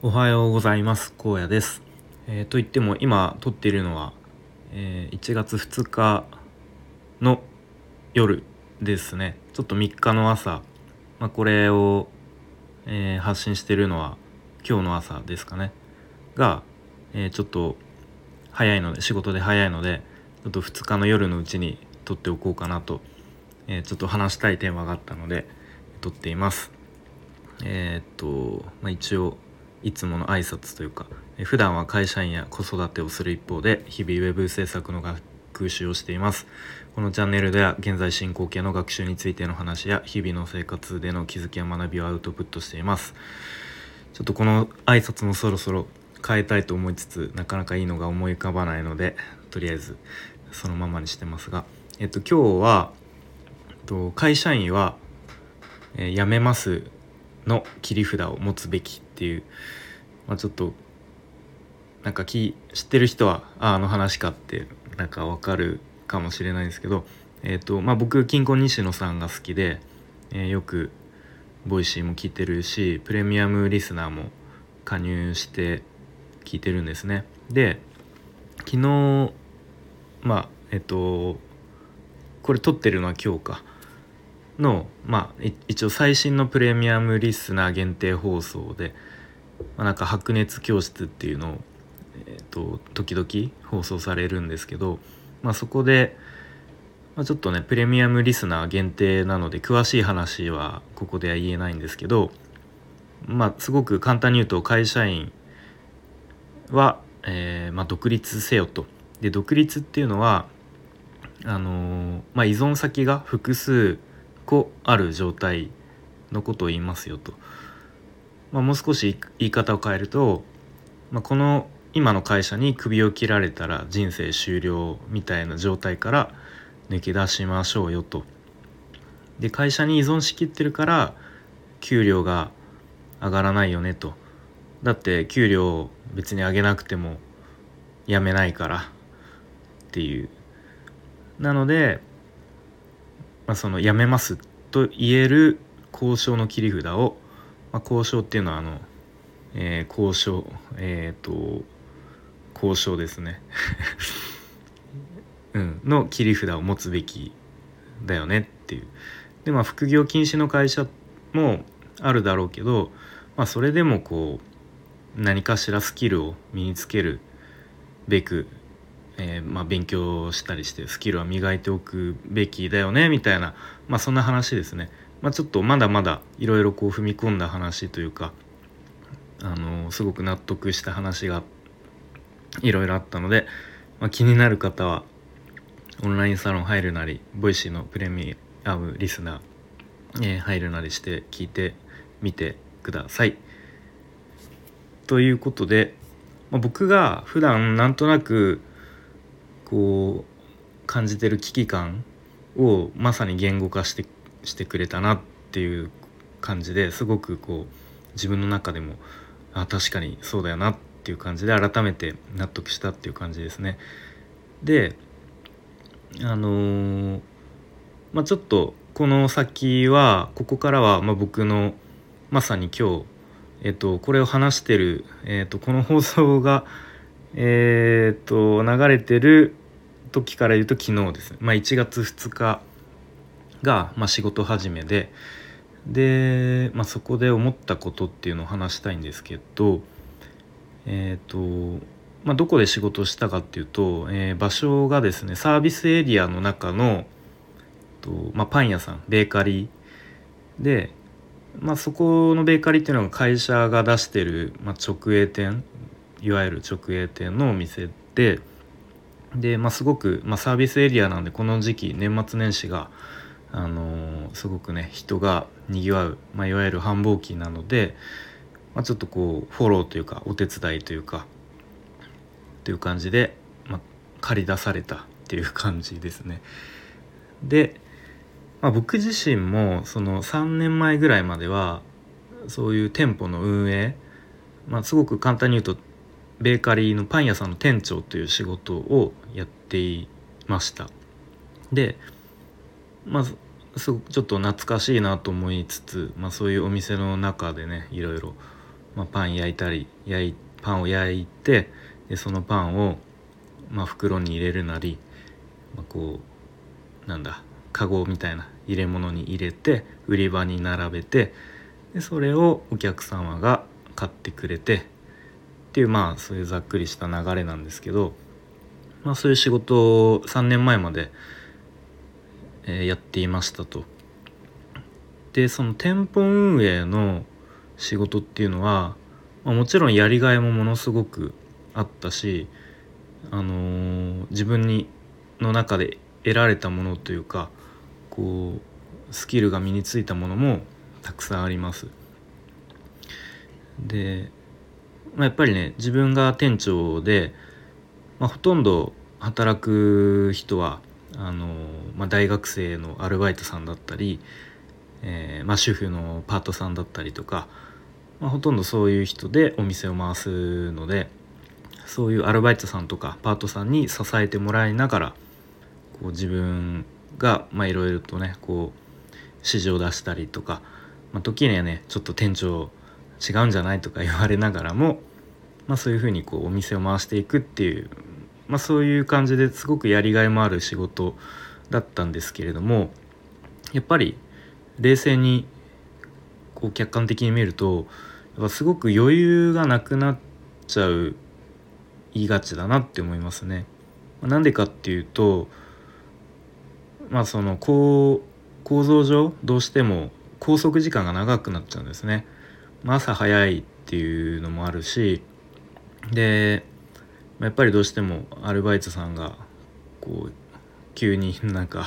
おはようございます。荒野です。といっても今撮っているのは、1月2日の夜ですね。ちょっと3日の朝、これを、発信しているのは今日の朝ですかね。が、ちょっと早いので、仕事で早いので、ちょっと2日の夜のうちに撮っておこうかなと、ちょっと話したいテーマがあったので撮っています。一応いつもの挨拶というか、普段は会社員や子育てをする一方で日々ウェブ制作の学習をしています。このチャンネルでは現在進行形の学習についての話や日々の生活での気づきや学びをアウトプットしています。ちょっとこの挨拶もそろそろ変えたいと思いつつ、なかなかいいのが思い浮かばないので、とりあえずそのままにしてますが、今日は会社員は、辞めますの切り札を持つべきっていう、ちょっとなんか知ってる人はあの話かってなんかわかるかもしれないんですけど、僕金婚西野さんが好きで、よくボイシーも聞いてるし、プレミアムリスナーも加入して聞いてるんですね。で、昨日これ撮ってるのは今日かの、一応最新のプレミアムリスナー限定放送で、なんか白熱教室っていうのを、時々放送されるんですけど、そこで、ちょっとねプレミアムリスナー限定なので詳しい話はここでは言えないんですけど、すごく簡単に言うと会社員は、独立せよと。で、独立っていうのは依存先が複数個ある状態のことを言いますよと。もう少し言い方を変えると、この今の会社に首を切られたら人生終了みたいな状態から抜け出しましょうよと。で、会社に依存しきってるから給料が上がらないよねと。だって給料別に上げなくても辞めないからっていう。なので、その辞めますと言える交渉の切り札を、交渉っていうのは交渉交渉ですねの切り札を持つべきだよねっていう。で、副業禁止の会社もあるだろうけど、それでもこう何かしらスキルを身につけるべく、勉強したりしてスキルは磨いておくべきだよねみたいな、そんな話ですね。ちょっとまだまだいろいろこう踏み込んだ話というか、すごく納得した話がいろいろあったので、気になる方はオンラインサロン入るなり、ボイシーのプレミアムリスナー、入るなりして聞いてみてください。ということで、僕が普段なんとなくこう感じてる危機感をまさに言語化してくれたなっていう感じで、すごくこう自分の中でも確かにそうだよなっていう感じで改めて納得したっていう感じですね。で、ちょっとこの先はここからは僕のまさに今日、これを話してる、この放送が流れてる時から言うと昨日ですね。1月2日が、仕事始めで、そこで思ったことっていうのを話したいんですけど、どこで仕事をしたかっていうと、場所がですねサービスエリアの中のパン屋さん、ベーカリーで、そこのベーカリーっていうのが会社が出してる、直営店、いわゆる直営店のお店で、すごく、サービスエリアなんでこの時期年末年始が、すごくね人がにぎわう、いわゆる繁忙期なので、ちょっとこうフォローというかお手伝いというかっていう感じで、借り出されたっていう感じですね。で、僕自身もその3年前ぐらいまではそういう店舗の運営、すごく簡単に言うとベーカリーのパン屋さんの店長という仕事をやっていました。で、ちょっと懐かしいなと思いつつ、そういうお店の中でねいろいろパン焼いたりパンを焼いて、でそのパンを、袋に入れるなり、こうなんだカゴみたいな入れ物に入れて売り場に並べて、でそれをお客様が買ってくれてっていう、そういうざっくりした流れなんですけど、そういう仕事を3年前まで、やっていましたと。でその店舗運営の仕事っていうのは、もちろんやりがいもものすごくあったし、自分の中で得られたものというか、こうスキルが身についたものもたくさんあります。で、やっぱりね、自分が店長で、ほとんど働く人は大学生のアルバイトさんだったり、主婦のパートさんだったりとか、ほとんどそういう人でお店を回すので、そういうアルバイトさんとかパートさんに支えてもらいながら、こう自分がいろいろとねこう指示を出したりとか、時にはねちょっと店長違うんじゃないとか言われながらも、そういうふうにこうお店を回していくっていう、そういう感じですごくやりがいもある仕事だったんですけれども、やっぱり冷静にこう客観的に見ると、やっぱすごく余裕がなくなっちゃう言いがちだなって思いますね。なんでかっていうと、その構造上どうしても拘束時間が長くなっちゃうんですね。朝早いっていうのもあるし、でやっぱりどうしてもアルバイトさんがこう急に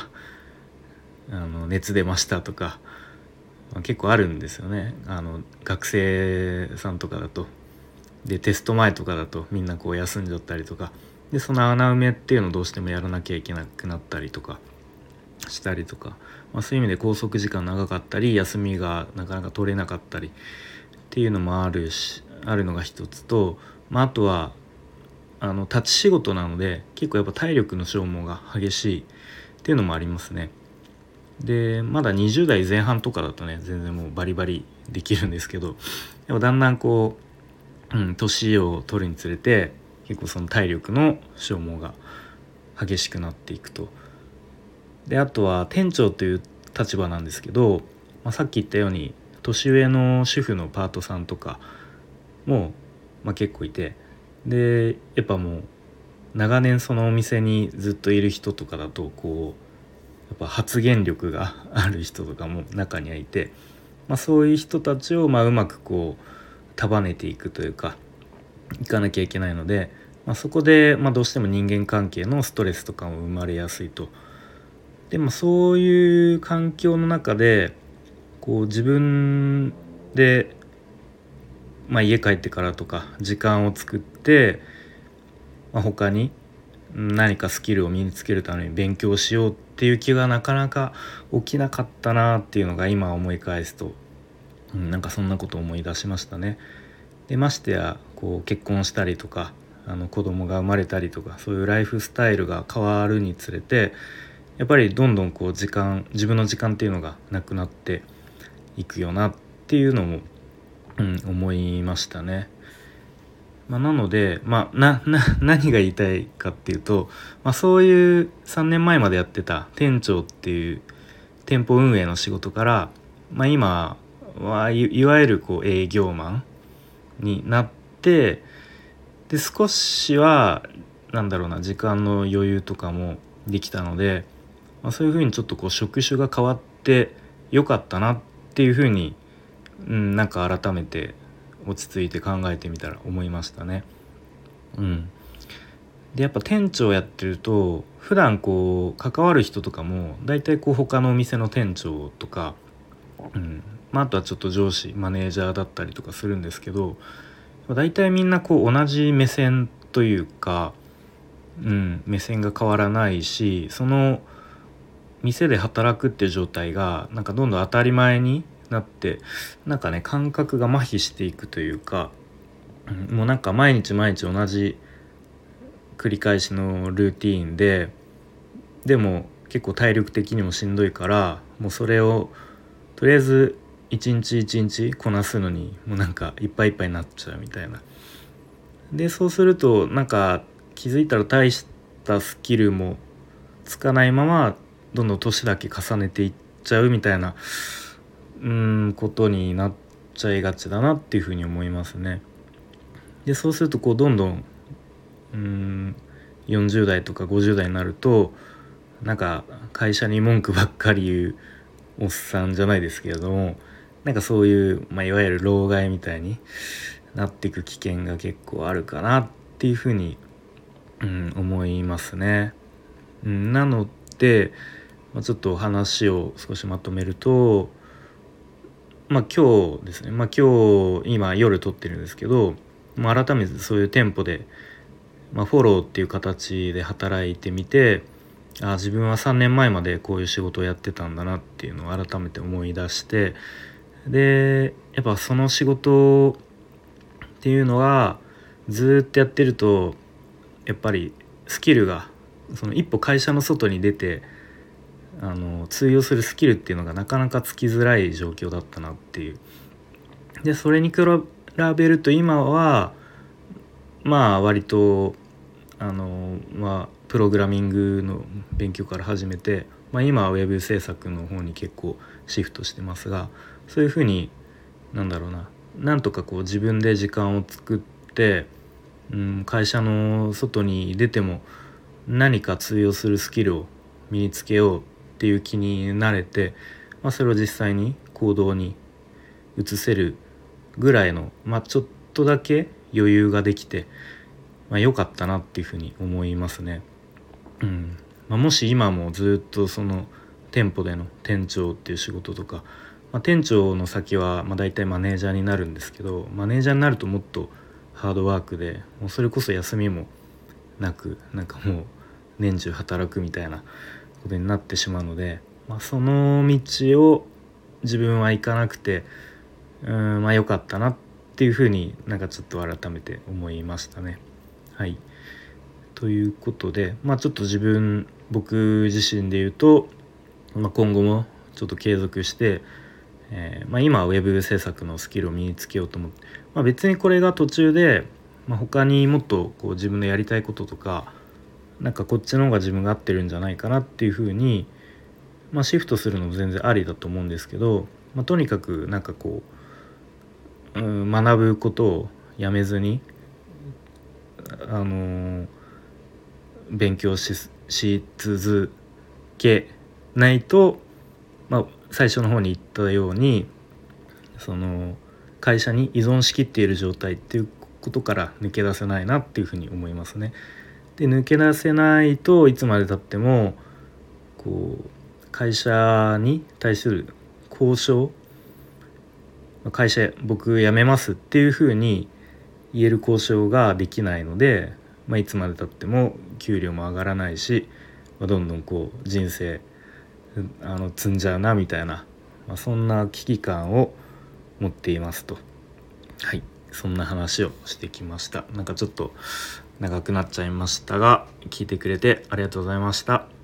熱出ましたとか、結構あるんですよね。学生さんとかだと、でテスト前とかだとみんなこう休んじゃったりとかで、その穴埋めっていうのをどうしてもやらなきゃいけなくなったりとかしたりとか、そういう意味で拘束時間長かったり休みがなかなか取れなかったりっていうのもあるのが一つと、あとは立ち仕事なので結構やっぱ体力の消耗が激しいっていうのもありますね。でまだ20代前半とかだとね全然もうバリバリできるんですけど、でもだんだんこう、年を取るにつれて結構その体力の消耗が激しくなっていくと。であとは店長という立場なんですけど、さっき言ったように年上の主婦のパートさんとかも、結構いて、でやっぱもう長年そのお店にずっといる人とかだとこうやっぱ発言力がある人とかも中にはいて、そういう人たちをうまくこう束ねていくというかいかなきゃいけないので、そこで、どうしても人間関係のストレスとかも生まれやすいと。でもそういう環境の中でこう自分で、家帰ってからとか時間を作って、他に何かスキルを身につけるために勉強しようっていう気がなかなか起きなかったなっていうのが今思い返すと、そんなことを思い出しましたね。でましてやこう結婚したりとか子供が生まれたりとかそういうライフスタイルが変わるにつれて、やっぱりどんどんこう自分の時間っていうのがなくなっていくよなっていうのも、思いましたね。なので、何が言いたいかっていうと、そういう3年前までやってた店長っていう店舗運営の仕事から、今はいわゆるこう営業マンになって、で少しは時間の余裕とかもできたので、そういうふうにちょっとこう職種が変わってよかったなっていうふうに、改めて落ち着いて考えてみたら思いましたね。でやっぱ店長やってると普段こう関わる人とかもだいたいこう他のお店の店長とか、あとはちょっと上司マネージャーだったりとかするんですけど、だいたいみんなこう同じ目線というか、目線が変わらないし、その店で働くっていう状態がどんどん当たり前になって、感覚が麻痺していくというか、もう毎日毎日同じ繰り返しのルーティーンでも結構体力的にもしんどいから、もうそれをとりあえず一日一日こなすのにもうなんかいっぱいいっぱいになっちゃうみたいな。でそうするとなんか気づいたら大したスキルもつかないままどんどん年だけ重ねていっちゃうみたいなことになっちゃいがちだなっていうふうに思いますね。でそうするとこうどんどん40代とか50代になるとなんか会社に文句ばっかり言うおっさんじゃないですけれども、なんかそういう、いわゆる老害みたいになっていく危険が結構あるかなっていうふうに、思いますね。なので、ちょっと話を少しまとめると、今日ですね、今日今夜撮ってるんですけど、改めてそういう店舗で、フォローっていう形で働いてみて、自分は3年前までこういう仕事をやってたんだなっていうのを改めて思い出して、でやっぱその仕事っていうのはずっとやってるとやっぱりスキルがその一歩会社の外に出て通用するスキルっていうのがなかなかつきづらい状況だったなっていう。でそれに比べると今は割とプログラミングの勉強から始めて、今はウェブ制作の方に結構シフトしてますが、そういうふうになんとかこう自分で時間を作って、会社の外に出ても何か通用するスキルを身につけようっていう気になれて、それを実際に行動に移せるぐらいの、ちょっとだけ余裕ができて、良かったなっていうふうに思いますね。もし今もずっとその店舗での店長っていう仕事とか、店長の先は大体マネージャーになるんですけど、マネージャーになるともっとハードワークで、もうそれこそ休みもなくもう年中働くみたいなことになってしまうので、その道を自分は行かなくて良かったなっていうふうにちょっと改めて思いましたね。はい。ということで、ちょっと僕自身で言うと、今後もちょっと継続して、今はウェブ制作のスキルを身につけようと思って、別にこれが途中で、他にもっとこう自分のやりたいこととかこっちの方が自分が合ってるんじゃないかなっていうふうに、シフトするのも全然ありだと思うんですけど、とにかく学ぶことをやめずに勉強し続けないと、最初の方に言ったようにその会社に依存しきっている状態っていうことから抜け出せないなっていうふうに思いますね。で抜け出せないといつまでたってもこう会社に対する交渉、会社僕辞めますっていうふうに言える交渉ができないので、いつまでたっても給料も上がらないし、どんどんこう人生積んじゃうなみたいな、そんな危機感を持っていますと。はい、そんな話をしてきました。ちょっと長くなっちゃいましたが、聞いてくれてありがとうございました。